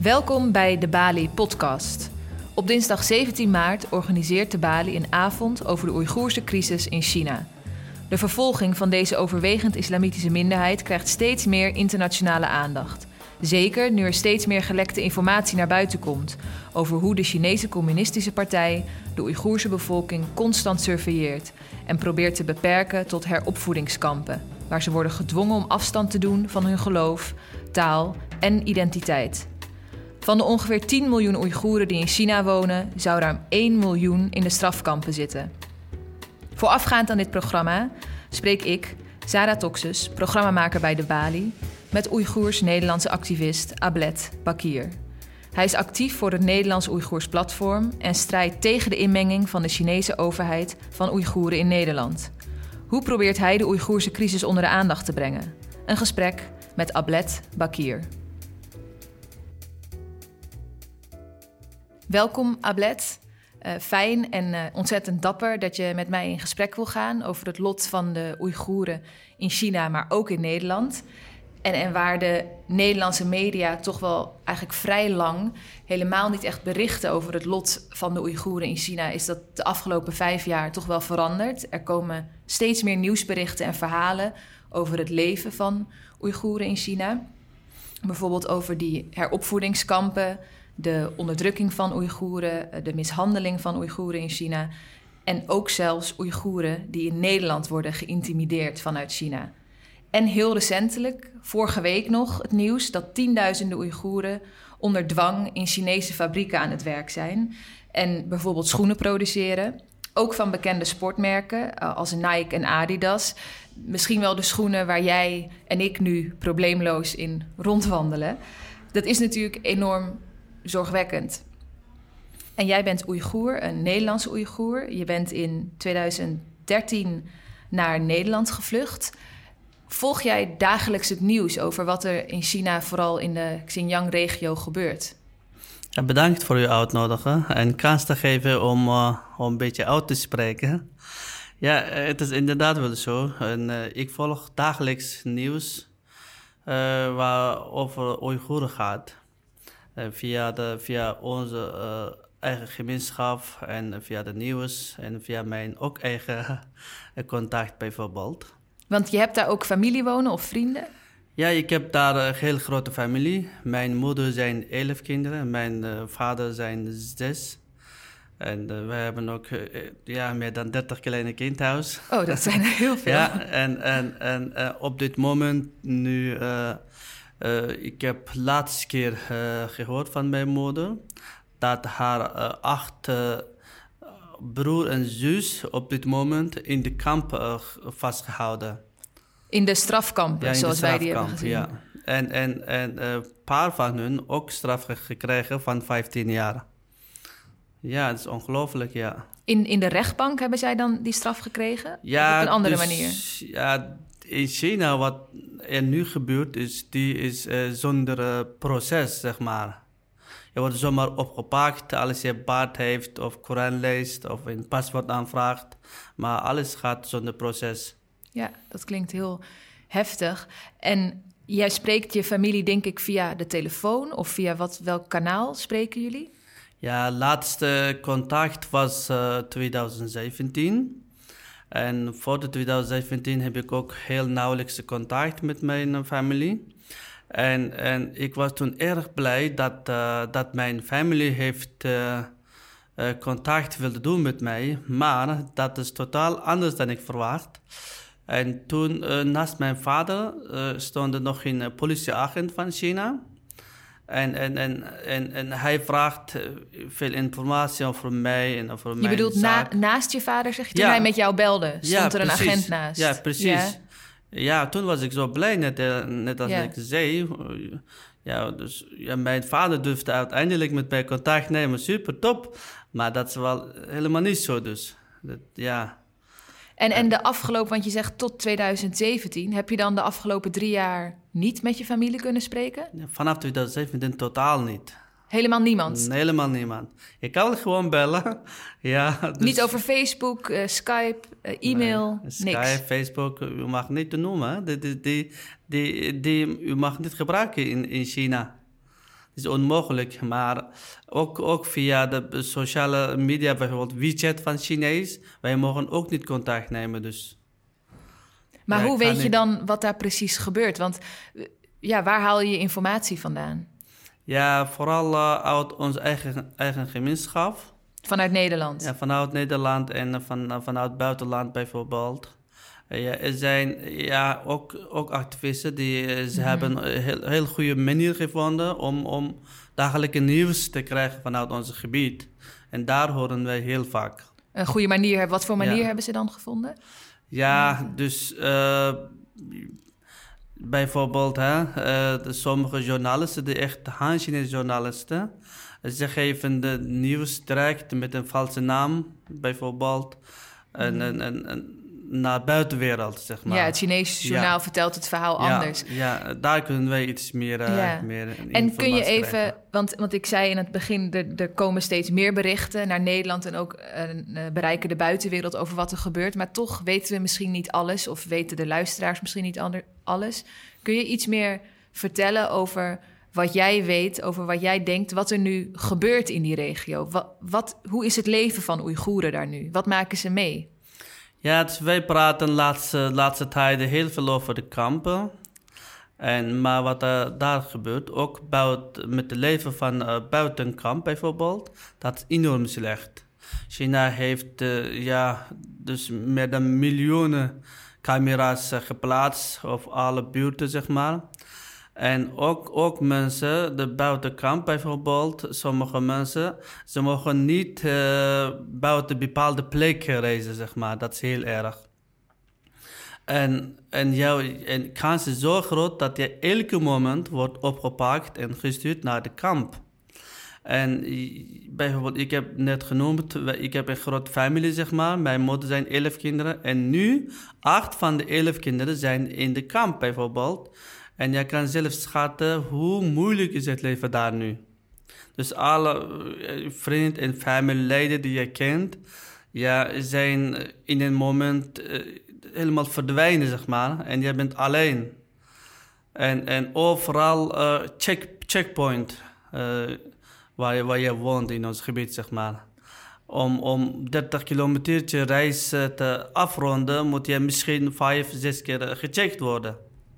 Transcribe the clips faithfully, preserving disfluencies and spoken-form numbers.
Welkom bij de Bali podcast. Op dinsdag zeventien maart organiseert de Bali een avond over de Oeigoerse crisis in China. De vervolging van deze overwegend islamitische minderheid krijgt steeds meer internationale aandacht. Zeker nu er steeds meer gelekte informatie naar buiten komt over hoe de Chinese Communistische Partij de Oeigoerse bevolking constant surveilleert en probeert te beperken tot heropvoedingskampen, waar ze worden gedwongen om afstand te doen van hun geloof, taal en identiteit. Van de ongeveer tien miljoen Oeigoeren die in China wonen, zou ruim één miljoen in de strafkampen zitten. Voorafgaand aan dit programma spreek ik, Zara Toxus, programmamaker bij de Bali, met Oeigoers-Nederlandse activist Ablet Bakir. Hij is actief voor het Nederlands-Oeigoers platform en strijdt tegen de inmenging van de Chinese overheid van Oeigoeren in Nederland. Hoe probeert hij de Oeigoerse crisis onder de aandacht te brengen? Een gesprek met Ablet Bakir. Welkom Ablet. Uh, fijn en uh, ontzettend dapper dat je met mij in gesprek wil gaan over het lot van de Oeigoeren in China, maar ook in Nederland. En, en waar de Nederlandse media toch wel eigenlijk vrij lang helemaal niet echt berichten over het lot van de Oeigoeren in China, is dat de afgelopen vijf jaar toch wel veranderd. Er komen steeds meer nieuwsberichten en verhalen over het leven van Oeigoeren in China. Bijvoorbeeld over die heropvoedingskampen, de onderdrukking van Oeigoeren, de mishandeling van Oeigoeren in China en ook zelfs Oeigoeren die in Nederland worden geïntimideerd vanuit China. En heel recentelijk, vorige week nog, het nieuws dat tienduizenden Oeigoeren onder dwang in Chinese fabrieken aan het werk zijn en bijvoorbeeld schoenen produceren. Ook van bekende sportmerken als Nike en Adidas. Misschien wel de schoenen waar jij en ik nu probleemloos in rondwandelen. Dat is natuurlijk enorm zorgwekkend. En jij bent Oeigoer, een Nederlandse Oeigoer. Je bent in tweeduizend dertien naar Nederland gevlucht. Volg jij dagelijks het nieuws over wat er in China, vooral in de Xinjiang-regio, gebeurt? Ja, bedankt voor uw uitnodigen en kans te geven om, uh, om een beetje uit te spreken. Ja, het is inderdaad wel zo. En, uh, ik volg dagelijks nieuws uh, waar over Oeigoeren gaat. Uh, via, de, via onze uh, eigen gemeenschap en via de nieuws en via mijn ook eigen contact bijvoorbeeld. Want je hebt daar ook familie wonen of vrienden? Ja, ik heb daar een heel grote familie. Mijn moeder zijn elf kinderen, mijn uh, vader zijn zes. En uh, we hebben ook uh, ja, meer dan dertig kleine kindhuis. Oh, dat zijn er heel veel. Ja, en, en, en uh, op dit moment nu... Uh, uh, ik heb de laatste keer uh, gehoord van mijn moeder dat haar uh, acht uh, broer en zus op dit moment in de kamp uh, vastgehouden. In de strafkampen, ja, zoals de wij die hebben gezien. Ja. En een en, en, uh, paar van hun ook straf gekregen van vijftien jaar. Ja, dat is ongelooflijk, ja. In, in de rechtbank hebben zij dan die straf gekregen? Ja, of op een andere dus, manier? Ja, in China wat er nu gebeurt is, die is uh, zonder uh, proces, zeg maar. Je wordt zomaar opgepakt als je baard heeft of Koran leest of een paspoort aanvraagt. Maar alles gaat zonder proces. Ja, dat klinkt heel heftig. En jij spreekt je familie, denk ik, via de telefoon of via wat, welk kanaal spreken jullie? Ja, laatste contact was uh, twintig zeventien. En voor de twintig zeventien heb ik ook heel nauwelijks contact met mijn familie. En, en ik was toen erg blij dat, uh, dat mijn familie heeft uh, uh, contact wilde doen met mij. Maar dat is totaal anders dan ik verwacht. En toen uh, naast mijn vader uh, stond er nog een uh, politieagent van China. En, en, en, en, en hij vraagt uh, veel informatie over mij en over je mijn bedoelt zaak. Na, naast je vader, zeg je? Toen ja. hij met jou belde, stond ja, er een precies. agent naast. Ja, precies. Ja. Ja, toen was ik zo blij, net, net als ja. ik zei. Ja, dus, ja, mijn vader durfde uiteindelijk met mij contact nemen. Super top. Maar dat is wel helemaal niet zo dus. Dat, ja. En, en de afgelopen, want je zegt tot twintig zeventien... heb je dan de afgelopen drie jaar niet met je familie kunnen spreken? Ja, vanaf twintig zeventien totaal niet. Helemaal niemand? Helemaal niemand. Je kan gewoon bellen. Ja, dus... Niet over Facebook, uh, Skype, uh, e-mail, nee, Skype, niks? Facebook, u mag niet noemen. Die, die, die, die, die u mag niet gebruiken in, in China. is onmogelijk. Maar ook, ook via de sociale media, bijvoorbeeld WeChat van Chinees, wij mogen ook niet contact nemen. Dus. Maar ja, hoe weet je niet... dan wat daar precies gebeurt? Want ja, waar haal je je informatie vandaan? Ja, vooral uh, uit onze eigen, eigen gemeenschap. Vanuit Nederland? Ja, vanuit Nederland en van, uh, vanuit het buitenland bijvoorbeeld. Uh, ja, er zijn ja, ook, ook activisten die uh, ze mm-hmm. hebben een heel, heel goede manier gevonden om, om dagelijks nieuws te krijgen vanuit ons gebied. En daar horen wij heel vaak. Een goede manier, wat voor manier ja. hebben ze dan gevonden? Ja, dus uh, bijvoorbeeld hè, uh, de sommige journalisten, de echt Han-Chinese journalisten, ze geven de nieuws direct met een valse naam, bijvoorbeeld, en, en, en, en naar de buitenwereld, zeg maar. Ja, het Chinese journaal ja. vertelt het verhaal ja, anders. Ja, daar kunnen wij iets meer, uh, ja. meer En kun je even, want, want ik zei in het begin, er, er komen steeds meer berichten naar Nederland en ook uh, bereiken de buitenwereld over wat er gebeurt. Maar toch weten we misschien niet alles, of weten de luisteraars misschien niet ander, alles. Kun je iets meer vertellen over wat jij weet, over wat jij denkt, wat er nu gebeurt in die regio? Wat, wat, hoe is het leven van Oeigoeren daar nu? Wat maken ze mee? Ja, dus wij praten de laatste, laatste tijden heel veel over de kampen. En, maar wat er daar gebeurt, ook buiten, met het leven van uh, buiten kamp bijvoorbeeld, dat is enorm slecht. China heeft uh, ja, dus meer dan miljoenen camera's uh, geplaatst op alle buurten, zeg maar. En ook, ook mensen, de buitenkamp bijvoorbeeld, sommige mensen, ze mogen niet uh, buiten bepaalde plekken reizen, zeg maar. Dat is heel erg. En, en jouw en kans is zo groot dat je elke moment wordt opgepakt en gestuurd naar de kamp. En bijvoorbeeld, ik heb net genoemd, ik heb een grote familie, zeg maar. Mijn moeder zijn elf kinderen. En nu, acht van de elf kinderen zijn in de kamp bijvoorbeeld. En je kan zelf schatten hoe moeilijk is het leven daar nu. Dus alle vrienden en familieleden die je kent, ja, zijn in een moment uh, helemaal verdwijnen, zeg maar. En je bent alleen. En, en overal uh, check, checkpoint uh, waar, je, waar je woont in ons gebied, zeg maar. Om, om dertig kilometer reis uh, te afronden, moet je misschien vijf, zes keer uh, gecheckt worden.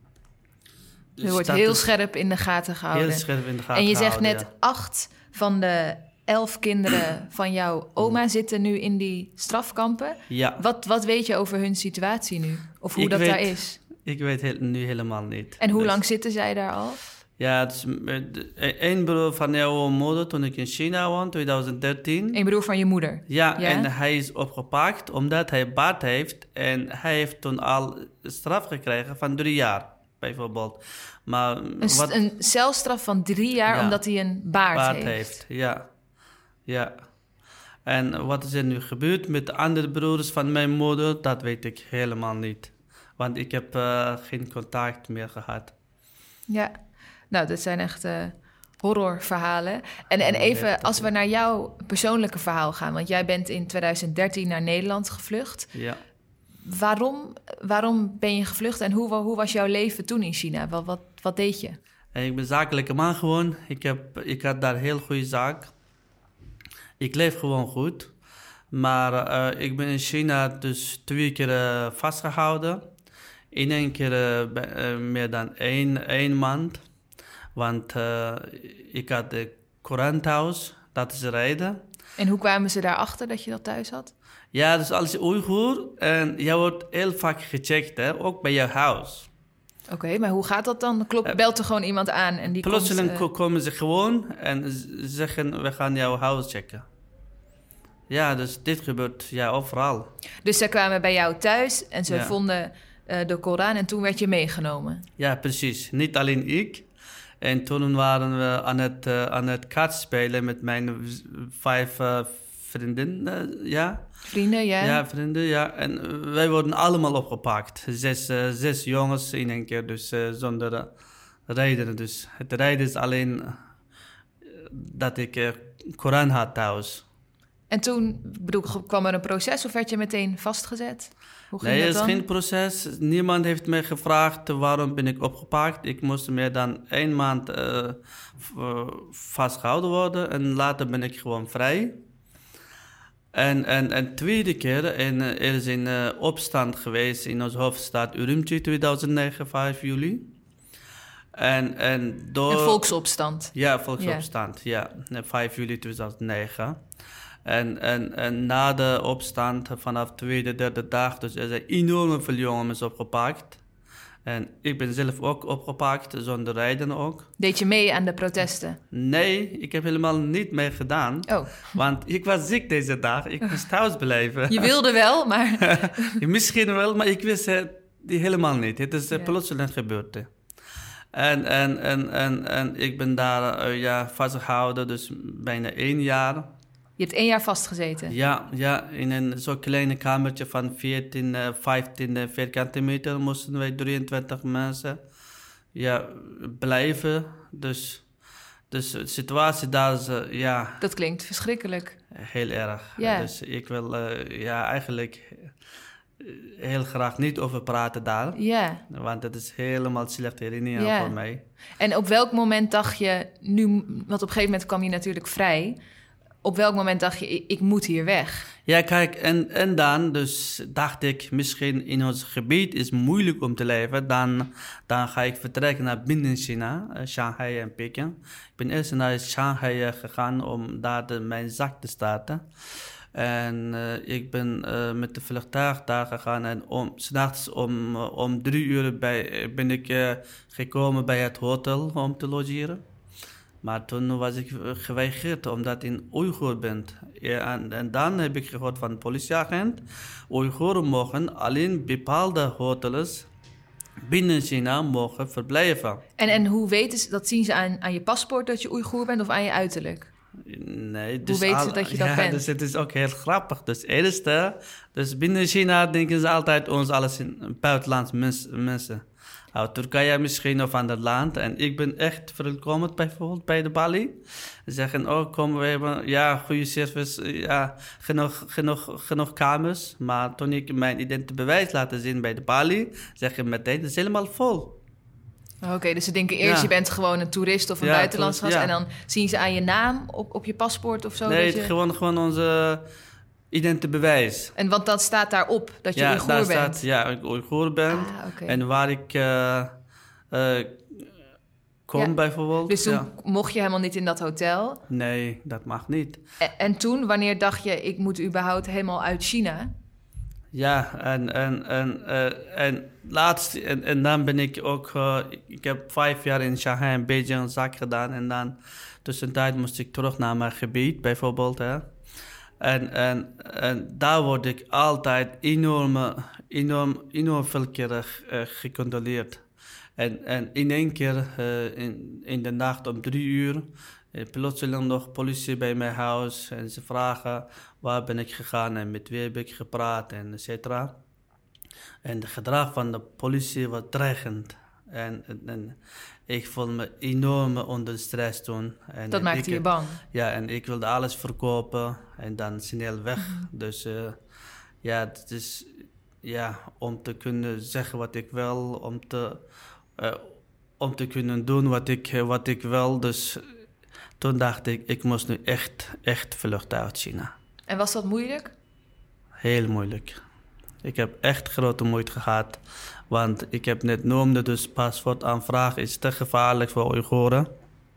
Dus je wordt heel scherp in de gaten gehouden. Heel scherp in de gaten En je zegt gehouden, net, ja. acht van de elf kinderen van jouw oma zitten nu in die strafkampen. Ja. Wat, wat weet je over hun situatie nu? Of hoe ik dat weet, daar is? Ik weet heel, nu helemaal niet. En hoe dus, lang zitten zij daar al? Ja, dus, één broer van jouw moeder toen ik in China woonde, twintig dertien. Een broer van je moeder? Ja, ja, en hij is opgepakt omdat hij baard heeft. En hij heeft toen al straf gekregen van drie jaar, bijvoorbeeld. Maar een, wat, een celstraf van drie jaar ja, omdat hij een baard, baard heeft. heeft. Ja, ja. En wat is er nu gebeurd met de andere broers van mijn moeder, dat weet ik helemaal niet. Want ik heb uh, geen contact meer gehad. Ja, nou, dat zijn echt uh, horrorverhalen. En, en even, als we naar jouw persoonlijke verhaal gaan, want jij bent in twintig dertien naar Nederland gevlucht. Ja. Waarom, waarom ben je gevlucht en hoe, hoe was jouw leven toen in China? Wat, wat, wat deed je? Ik ben zakelijke man gewoon. Ik, heb, ik had daar een heel goede zaak. Ik leef gewoon goed. Maar uh, ik ben in China dus twee keer uh, vastgehouden. In één keer uh, uh, meer dan één, één maand. Want uh, ik had de Koran thuis, dat is de reden. En hoe kwamen ze daarachter dat je dat thuis had? Ja, dus als je Oeigoer en je wordt heel vaak gecheckt, hè, ook bij je huis. Oké, okay, maar hoe gaat dat dan? Klopt, belt er gewoon iemand aan en die plotseling komt... Uh... komen ze gewoon en zeggen, we gaan jouw huis checken. Ja, dus dit gebeurt ja, overal. Dus ze kwamen bij jou thuis en ze ja. vonden uh, de Koran en toen werd je meegenomen? Ja, precies. Niet alleen ik. En toen waren we aan het, uh, aan het kaart spelen met mijn vijf uh, vriendinnen, uh, ja. Vrienden, ja. Ja, vrienden, ja. En wij worden allemaal opgepakt. Zes, uh, zes jongens in één keer, dus uh, zonder uh, rijden. Dus het rijden is alleen uh, dat ik uh, Koran had thuis. En toen bedoel, kwam er een proces of werd je meteen vastgezet? Hoe ging nee, dat het is dan? geen proces. Niemand heeft mij gevraagd waarom ben ik opgepakt. Ik moest meer dan één maand uh, vastgehouden worden en later ben ik gewoon vrij. En, en, en tweede keer, en, er is een uh, opstand geweest in onze hoofdstad Urumqi tweeduizend negen, vijf juli. En, en door... Een volksopstand? Ja, volksopstand, ja. ja. vijf juli tweeduizend negen. En, en, en na de opstand, vanaf de tweede, derde dag, dus er zijn enorm veel jongens opgepakt. En ik ben zelf ook opgepakt, zonder rijden ook. Deed je mee aan de protesten? Nee, ik heb helemaal niet mee gedaan. Oh. Want ik was ziek deze dag, ik moest thuis blijven. Je wilde wel, maar... Misschien wel, maar ik wist het helemaal niet. Het is Ja. plotseling gebeurd. En, en, en, en, en ik ben daar uh, ja, vastgehouden, dus bijna één jaar. Je hebt één jaar vastgezeten? Ja, ja, in een zo'n kleine kamertje van veertien, uh, vijftien vierkante meter moesten wij drieëntwintig mensen ja, blijven. Dus, dus de situatie daar is, uh, ja... Dat klinkt verschrikkelijk. Heel erg. Ja. Dus ik wil uh, ja, eigenlijk heel graag niet over praten daar. Ja. Want het is helemaal slechte herinnering Ja. voor mij. En op welk moment dacht je, nu, want op een gegeven moment kwam je natuurlijk vrij. Op welk moment dacht je, ik, ik moet hier weg? Ja, kijk, en, en dan dus dacht ik, misschien in ons gebied is moeilijk om te leven. Dan, dan ga ik vertrekken naar binnen China, uh, Shanghai en Peking. Ik ben eerst naar Shanghai gegaan om daar de, mijn zaak te starten. En uh, ik ben uh, met de vliegtuig daar gegaan en om, 's nachts om, uh, om drie uur bij, ben ik uh, gekomen bij het hotel om te logeren. Maar toen was ik geweigerd omdat ik een Oeigoer ben. Ja, en, en dan heb ik gehoord van een politieagent. Oeigoeren mogen alleen bepaalde hotels binnen China mogen verblijven. En, en hoe weten ze, dat zien ze aan, aan je paspoort dat je Oeigoer bent of aan je uiterlijk? Nee, dus Hoe weten al, ze dat je dat ja, bent? Dus het is ook heel grappig. Dus eerste, dus binnen China denken ze altijd ons alles in buitenlandse mens, mensen. Uit Turkije misschien of ander land. En ik ben echt verwelkomd bijvoorbeeld bij de Bali. Ze zeggen, oh kom, we hebben ja, goede service, ja, genoeg, genoeg, genoeg kamers. Maar toen ik mijn identiteitsbewijs laten zien bij de Bali, zeggen meteen, het is helemaal vol. Oké, okay, dus ze denken eerst Ja. je bent gewoon een toerist of een Ja, buitenlands gast. toerist, ja. En dan zien ze aan je naam op, op je paspoort of zo. Nee, dat het je... gewoon, gewoon onze identiteitsbewijs. En want dat staat daarop, dat je Ja, Oeigoer daar bent. staat, ja, ik Oeigoer ben. Ah, okay. En waar ik uh, uh, kom Ja. bijvoorbeeld. Dus toen ja. mocht je helemaal niet in dat hotel. Nee, dat mag niet. En, en toen, wanneer dacht je, ik moet überhaupt helemaal uit China? Ja, en, en, en, uh, en laatst, en, en dan ben ik ook, uh, ik heb vijf jaar in Shanghai en Beijing een zaak gedaan. En dan tussentijd moest ik terug naar mijn gebied bijvoorbeeld. Hè. En, en, en daar word ik altijd enorm, enorm, enorm veel keer uh, gecontroleerd. En, en in één keer uh, in, in de nacht om drie uur, uh, plotseling nog politie bij mijn huis. En ze vragen waar ben ik gegaan en met wie heb ik gepraat en et cetera. En het gedrag van de politie was dreigend. En, en, en ik voelde me enorm onder stress toen. En, Dat en maakte ik, je bang? Ja, en ik wilde alles verkopen en dan snel weg. Mm-hmm. Dus uh, ja, het is ja, om te kunnen zeggen wat ik wil, om te, uh, om te kunnen doen wat ik, wat ik wil. Dus toen dacht ik, ik moest nu echt, echt vluchten uit China. En was dat moeilijk? Heel moeilijk. Ik heb echt grote moeite gehad. Want ik heb net noemde, dus paspoortaanvraag is te gevaarlijk voor Oeigoeren.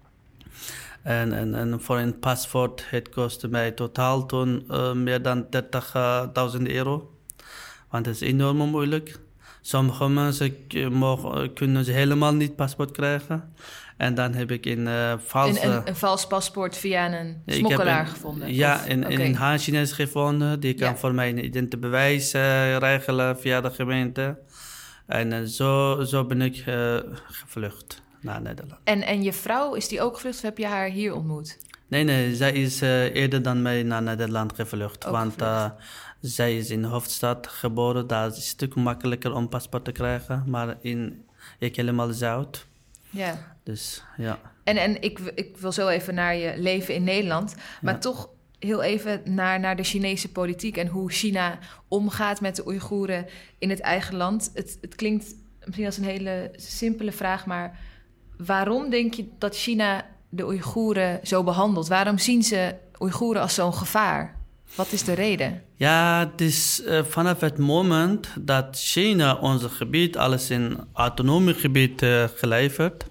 En, en, en voor een paspoort, het kostte mij totaal toen uh, meer dan dertigduizend euro. Want het is enorm moeilijk. Sommige mensen mogen, kunnen ze helemaal niet paspoort krijgen. En dan heb ik een uh, valse... Een, een, een vals paspoort via een smokkelaar een, gevonden? Ja, of, in, okay. in een Han-Chinees gevonden. Die kan ja. voor mij een identiteitsbewijs uh, regelen via de gemeente. En uh, zo, zo ben ik uh, gevlucht naar Nederland. En, en je vrouw, is die ook gevlucht of heb je haar hier ontmoet? Nee, nee, zij is uh, eerder dan mij naar Nederland gevlucht. Ook want gevlucht. Uh, zij is in de hoofdstad geboren. Daar is het een stuk makkelijker om paspoort te krijgen. Maar in, ik helemaal zout. Ja. Dus, ja. En, en ik, ik wil zo even naar je leven in Nederland. Maar ja. toch heel even naar, naar de Chinese politiek en hoe China omgaat met de Oeigoeren in het eigen land. Het, het klinkt misschien als een hele simpele vraag, maar waarom denk je dat China de Oeigoeren zo behandelt? Waarom zien ze Oeigoeren als zo'n gevaar? Wat is de reden? Ja, het is uh, vanaf het moment dat China ons gebied alles in autonomie gebied uh, geleverd.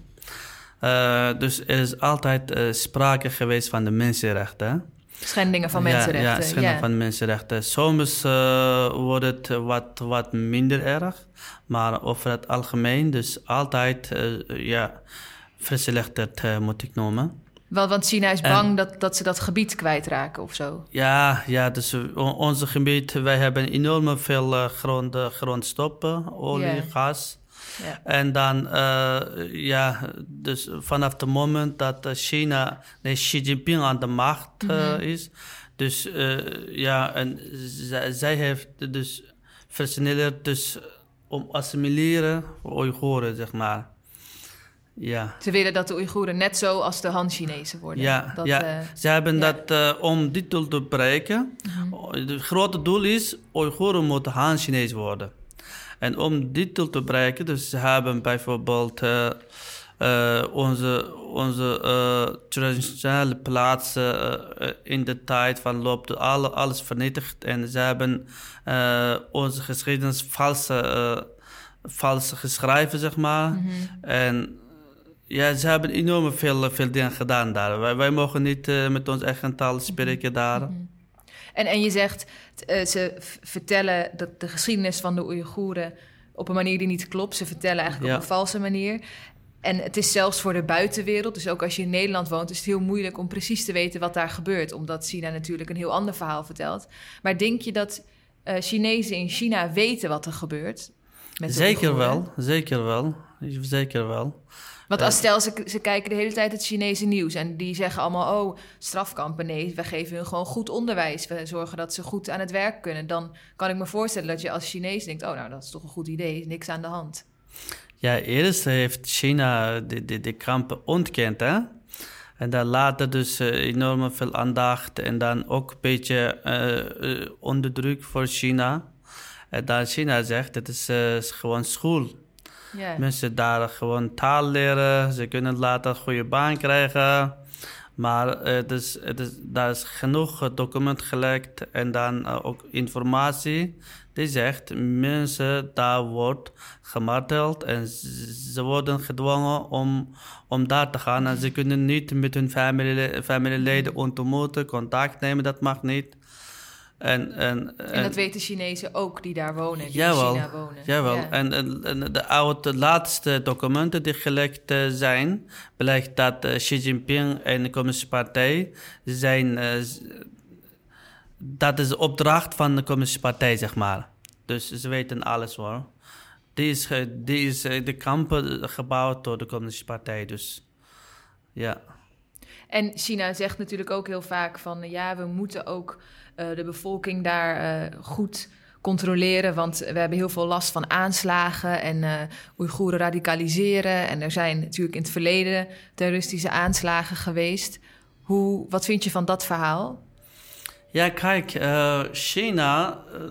Uh, dus er is altijd uh, sprake geweest van de mensenrechten. Schendingen van mensenrechten. Ja, ja schendingen ja. van mensenrechten. Soms uh, wordt het wat, wat minder erg, maar over het algemeen, dus altijd uh, ja, verslechterd uh, moet ik noemen. Wel, want China is bang en, dat, dat ze dat gebied kwijtraken of zo? Ja, ja dus uh, ons gebied, wij hebben enorm veel uh, grond, grondstoffen, olie, yeah. gas. Yeah. En dan, uh, ja, dus vanaf het moment dat China, nee, Xi Jinping aan de macht uh, mm-hmm. is, dus uh, ja, en z- zij heeft dus versnellerd dus om assimileren Oeigoeren, zeg maar. Ja. Ze willen dat de Oeigoeren net zo als de Han-Chinezen worden. Ja, dat, ja. Uh, ze hebben ja. dat uh, om dit doel te bereiken. Mm-hmm. Het grote doel is, Oeigoeren moeten Han-Chinees worden. En om dit doel te bereiken, dus ze hebben bijvoorbeeld uh, uh, onze, onze uh, traditionele plaatsen uh, in de tijd van loop alle, alles vernietigd. En ze hebben uh, onze geschiedenis vals, uh, vals geschreven, zeg maar. Mm-hmm. En ja, ze hebben enorm veel, veel dingen gedaan daar. Wij, wij mogen niet uh, met ons eigen taal spreken daar. Mm-hmm. En, en je zegt, uh, ze v- vertellen dat de geschiedenis van de Oeigoeren op een manier die niet klopt. Ze vertellen eigenlijk ja. op een valse manier. En het is zelfs voor de buitenwereld, dus ook als je in Nederland woont, is het heel moeilijk om precies te weten wat daar gebeurt. Omdat China natuurlijk een heel ander verhaal vertelt. Maar denk je dat uh, Chinezen in China weten wat er gebeurt? Met zeker wel, zeker wel, zeker wel. Want als stel, ze, ze kijken de hele tijd het Chinese nieuws en die zeggen allemaal, oh, strafkampen, nee, we geven hun gewoon goed onderwijs. We zorgen dat ze goed aan het werk kunnen. Dan kan ik me voorstellen dat je als Chinees denkt, oh, nou, dat is toch een goed idee, niks aan de hand. Ja, eerst heeft China de, de, de kampen ontkend, hè. En dan later dus uh, enorm veel aandacht en dan ook een beetje uh, uh, onderdruk voor China. En dan China zegt, het is uh, gewoon school. Yeah. Mensen daar gewoon taal leren, ze kunnen later een goede baan krijgen. Maar het is, het is, daar is genoeg document gelekt en dan uh, ook informatie die zegt mensen daar wordt gemarteld en ze worden gedwongen om, om daar te gaan. En ze kunnen niet met hun familie, familieleden ontmoeten, contact nemen, dat mag niet. En, en, en, en dat weten Chinezen ook die daar wonen, die jawel, in China wonen. Jawel, ja. en, en, en de, oude, de laatste documenten die gelekt uh, zijn, blijkt dat uh, Xi Jinping en de Communistische Partij zijn, uh, dat is de opdracht van de Communistische Partij, zeg maar. Dus ze weten alles hoor. Die is, die is uh, de kampen gebouwd door de Communistische Partij, dus ja. En China zegt natuurlijk ook heel vaak van, uh, ja, we moeten ook uh, de bevolking daar uh, goed controleren, want we hebben heel veel last van aanslagen en uh, Oeigoeren radicaliseren. En er zijn natuurlijk in het verleden terroristische aanslagen geweest. Hoe, wat vind je van dat verhaal? Ja, kijk, uh, China uh,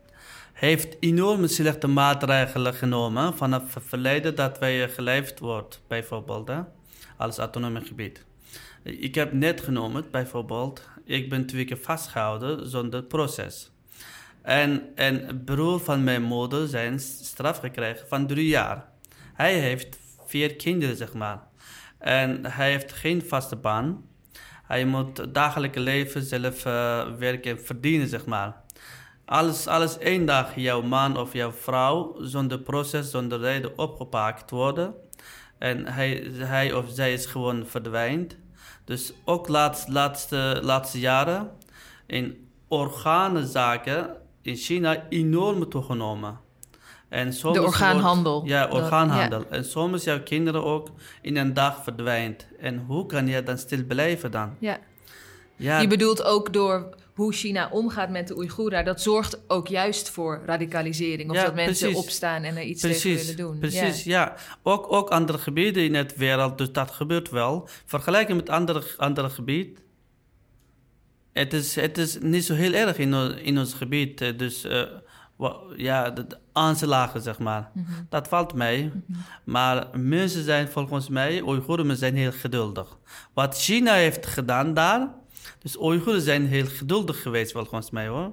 heeft enorm slechte maatregelen genomen vanaf het verleden dat wij geleefd wordt, bijvoorbeeld, hè, als autonoom gebied. Ik heb net genoemd, bijvoorbeeld, ik ben twee keer vastgehouden zonder proces. En een broer van mijn moeder zijn straf gekregen van drie jaar. Hij heeft vier kinderen, zeg maar. En hij heeft geen vaste baan. Hij moet het dagelijks leven zelf uh, werken en verdienen, zeg maar. Als, als één dag jouw man of jouw vrouw zonder proces, zonder reden opgepakt worden en hij, hij of zij is gewoon verdwijnt. Dus ook laatste, laatste, laatste jaren in organenzaken in China enorm toegenomen. En soms de orgaanhandel. Wordt, ja, orgaanhandel. Dat, ja. En soms jouw kinderen ook in een dag verdwijnt. En hoe kan je dan stil blijven dan? Ja. Ja. Je bedoelt ook door hoe China omgaat met de Oeigoeren. Dat zorgt ook juist voor radicalisering. Of ja, dat mensen precies. opstaan en er iets precies. tegen willen doen. Precies, ja. ja. Ook, ook andere gebieden in het wereld, dus dat gebeurt wel. Vergelijken met andere, andere gebieden. het is, het is niet zo heel erg in, in ons gebied. Uh, dus uh, wa, ja, de, de aanslagen, zeg maar. Mm-hmm. Dat valt mee. Mm-hmm. Maar mensen zijn volgens mij, Oeigoeren zijn heel geduldig. Wat China heeft gedaan daar, dus Oeigoeren zijn heel geduldig geweest volgens mij hoor.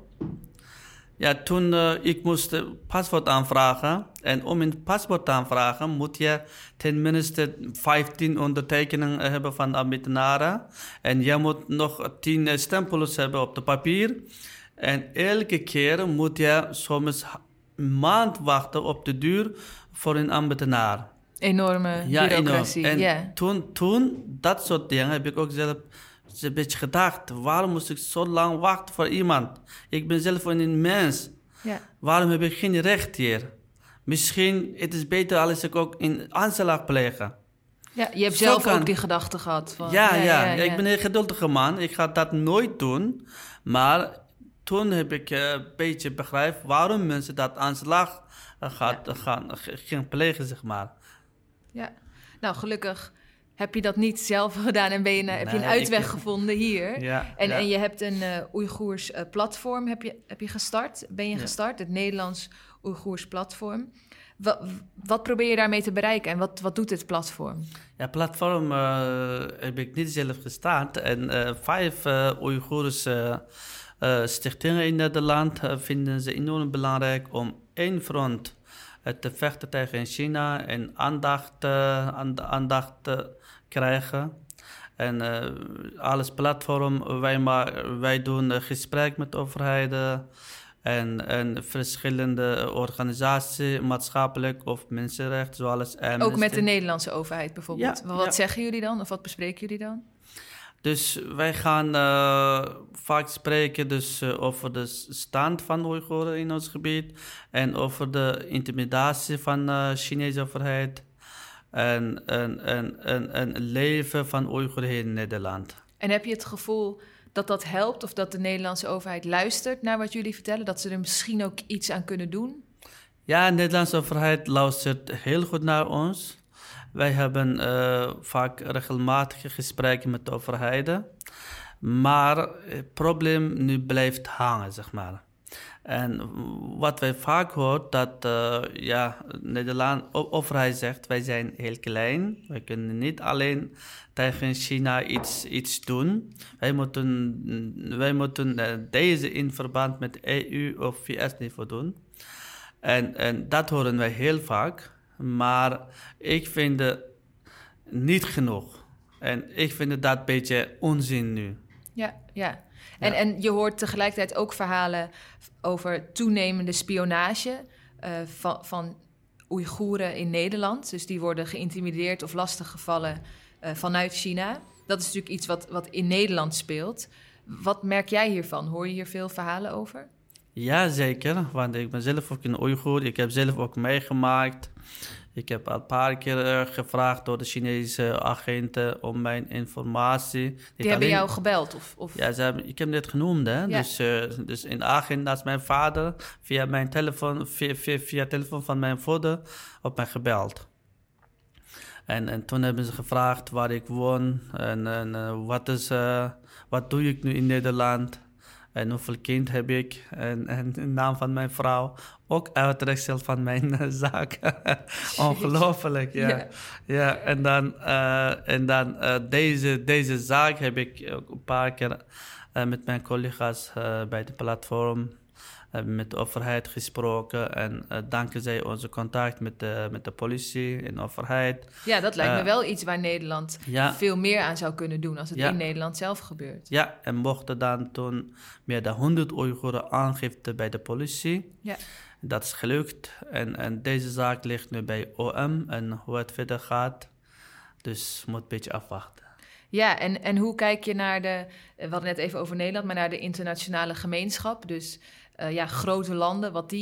Ja, toen uh, ik moest een paspoort aanvragen. En om een paspoort te aanvragen moet je tenminste vijftien ondertekeningen hebben van de ambtenaren. En je moet nog tien stempels hebben op de papier. En elke keer moet je soms een maand wachten op de duur voor een ambtenaar. Enorme ja, bureaucratie. Enorm. En yeah. toen, toen, dat soort dingen heb ik ook zelf een beetje gedacht. Waarom moest ik zo lang wachten voor iemand? Ik ben zelf een mens. Ja. Waarom heb ik geen recht hier? Misschien het is beter als ik ook een aanslag plegen. Ja, je hebt zo zelf kan... ook die gedachte gehad. Van, ja, ja, ja, ja, ja, ik ben een geduldige man. Ik ga dat nooit doen. Maar toen heb ik uh, een beetje begrepen waarom mensen dat aanslag uh, gaat, ja. gaan, gaan plegen, zeg maar. Ja, nou gelukkig heb je dat niet zelf gedaan en ben je, nee, heb je een uitweg ik, gevonden hier. Ja, en, ja. en je hebt een uh, Oeigoers uh, platform heb je, heb je gestart. Ben je ja. gestart, het Nederlands Oeigoers platform. Wat, wat probeer je daarmee te bereiken en wat, wat doet dit platform? Ja, platform uh, heb ik niet zelf gestart. En uh, vijf uh, Oeigoers uh, uh, stichtingen in Nederland uh, vinden ze enorm belangrijk om één front uh, te vechten tegen China en aandacht, uh, aandacht te krijgen. En uh, alles platform, wij, ma- wij doen uh, gesprek met overheden en, en verschillende organisaties, maatschappelijk of mensenrechten, zoals Amnesty. Ook met de Nederlandse overheid bijvoorbeeld. Ja, wat ja. zeggen jullie dan of wat bespreken jullie dan? Dus wij gaan uh, vaak spreken dus, uh, over de stand van de Oeigoeren in ons gebied en over de intimidatie van de uh, Chinese overheid. En een leven van Oeigoeren in Nederland. En heb je het gevoel dat dat helpt of dat de Nederlandse overheid luistert naar wat jullie vertellen? Dat ze er misschien ook iets aan kunnen doen? Ja, de Nederlandse overheid luistert heel goed naar ons. Wij hebben uh, vaak regelmatige gesprekken met de overheden. Maar het probleem nu blijft hangen, zeg maar. En wat wij vaak horen, dat uh, ja, Nederland overheid zegt, wij zijn heel klein. Wij kunnen niet alleen tegen China iets, iets doen. Wij moeten, wij moeten uh, deze in verband met E U of V S-niveau doen. En, en dat horen wij heel vaak. Maar ik vind het niet genoeg. En ik vind dat een beetje onzin nu. Ja, ja. En, ja. en je hoort tegelijkertijd ook verhalen over toenemende spionage uh, van, van Oeigoeren in Nederland. Dus die worden geïntimideerd of lastiggevallen uh, vanuit China. Dat is natuurlijk iets wat, wat in Nederland speelt. Wat merk jij hiervan? Hoor je hier veel verhalen over? Ja, zeker. Want ik ben zelf ook een Oeigoer. Ik heb zelf ook meegemaakt. Ik heb al een paar keer uh, gevraagd door de Chinese agenten om mijn informatie. Die niet hebben alleen... jou gebeld? Of, of... Ja, ze hebben, ik heb net genoemd. Hè? Ja. Dus, uh, dus in agent als mijn vader via mijn telefoon, via, via, via telefoon van mijn vader op mij gebeld. En, en toen hebben ze gevraagd waar ik woon en, en uh, wat, is, uh, wat doe ik nu in Nederland. En hoeveel kind heb ik? En, en de naam van mijn vrouw. Ook uitreksel van mijn uh, zaak. Ongelooflijk, ja. ja. ja. En dan, uh, en dan uh, deze, deze zaak heb ik ook een paar keer uh, met mijn collega's uh, bij het platform, uh, met de overheid gesproken. En uh, dankzij onze contact met de, met de politie en de overheid. Ja, dat lijkt uh, me wel iets waar Nederland ja. veel meer aan zou kunnen doen als het ja. in Nederland zelf gebeurt. Ja, en mochten dan toen meer dan honderd Oeigoeren aangifte bij de politie. Ja. Dat is gelukt. En, en deze zaak ligt nu bij O M. En hoe het verder gaat, dus moet een beetje afwachten. Ja, en, en hoe kijk je naar de... We hadden net even over Nederland, maar naar de internationale gemeenschap. Dus uh, ja, grote landen, wat die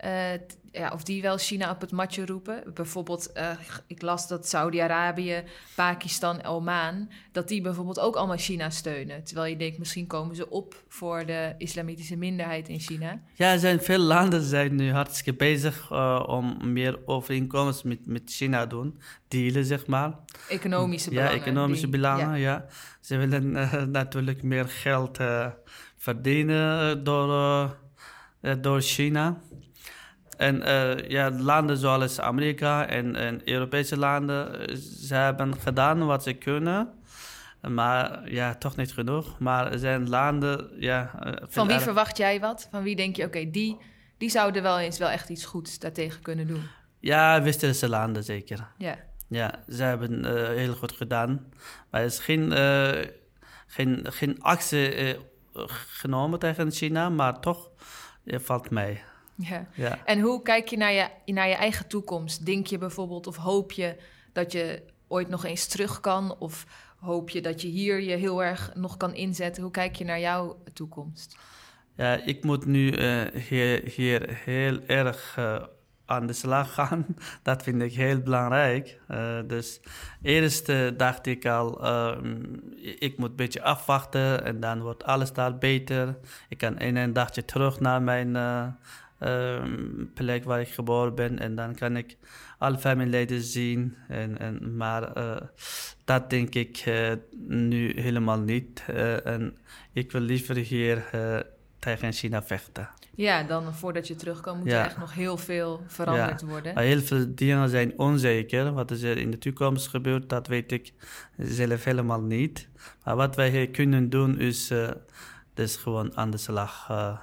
Uh, t- ja, of die wel China op het matje roepen. Bijvoorbeeld, uh, ik las dat Saudi-Arabië, Pakistan, Oman... dat die bijvoorbeeld ook allemaal China steunen. Terwijl je denkt, misschien komen ze op voor de islamitische minderheid in China. Ja, er zijn veel landen zijn nu hartstikke bezig uh, om meer overeenkomsten met, met China te doen. Dealen, zeg maar. Economische belangen. Ja, economische die, belangen, ja. ja. Ze willen uh, natuurlijk meer geld uh, verdienen door, uh, uh, door China. En uh, ja, landen zoals Amerika en, en Europese landen, ze hebben gedaan wat ze kunnen. Maar ja, toch niet genoeg. Maar er zijn landen, ja... Uh, Van wie erg... verwacht jij wat? Van wie denk je, oké, okay, die, die zouden wel eens wel echt iets goeds daartegen kunnen doen? Ja, westerse landen zeker. Ja. Ja, ze hebben uh, heel goed gedaan. Maar er is geen, uh, geen, geen actie uh, genomen tegen China, maar toch uh, valt mee. Ja. Ja. En hoe kijk je naar, je naar je eigen toekomst? Denk je bijvoorbeeld of hoop je dat je ooit nog eens terug kan? Of hoop je dat je hier je heel erg nog kan inzetten? Hoe kijk je naar jouw toekomst? Ja, ik moet nu uh, hier, hier heel erg uh, aan de slag gaan. Dat vind ik heel belangrijk. Uh, dus eerst uh, dacht ik al, uh, ik moet een beetje afwachten en dan wordt alles daar beter. Ik kan in een dagje terug naar mijn uh, uh, plek waar ik geboren ben en dan kan ik alle familieleden zien. En, en, maar uh, dat denk ik uh, nu helemaal niet. Uh, en ik wil liever hier uh, tegen China vechten. Ja, dan voordat je terug kan, moet ja. er echt nog heel veel veranderd ja. worden. Maar heel veel dingen zijn onzeker. Wat er in de toekomst gebeurt, dat weet ik zelf helemaal niet. Maar wat wij kunnen doen, is uh, dus gewoon aan de slag. Uh,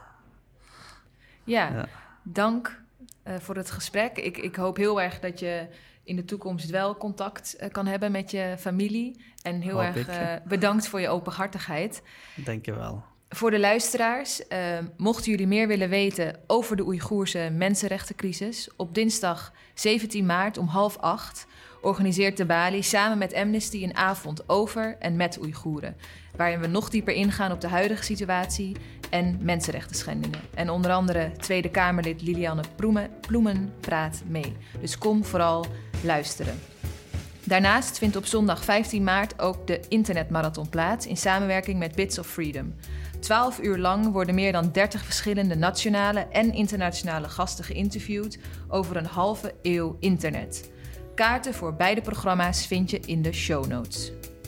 ja, ja, dank uh, voor het gesprek. Ik, ik hoop heel erg dat je in de toekomst wel contact uh, kan hebben met je familie. En heel hoop erg uh, bedankt voor je openhartigheid. Dank je wel. Voor de luisteraars, uh, mochten jullie meer willen weten over de Oeigoerse mensenrechtencrisis, op dinsdag zeventien maart om half acht organiseert de Bali samen met Amnesty een avond over en met Oeigoeren, waarin we nog dieper ingaan op de huidige situatie en mensenrechtenschendingen. En onder andere Tweede Kamerlid Lilianne Ploemen praat mee. Dus kom vooral luisteren. Daarnaast vindt op zondag vijftien maart ook de internetmarathon plaats in samenwerking met Bits of Freedom. Twaalf uur lang worden meer dan dertig verschillende nationale en internationale gasten geïnterviewd over een halve eeuw internet. Kaarten voor beide programma's vind je in de show notes.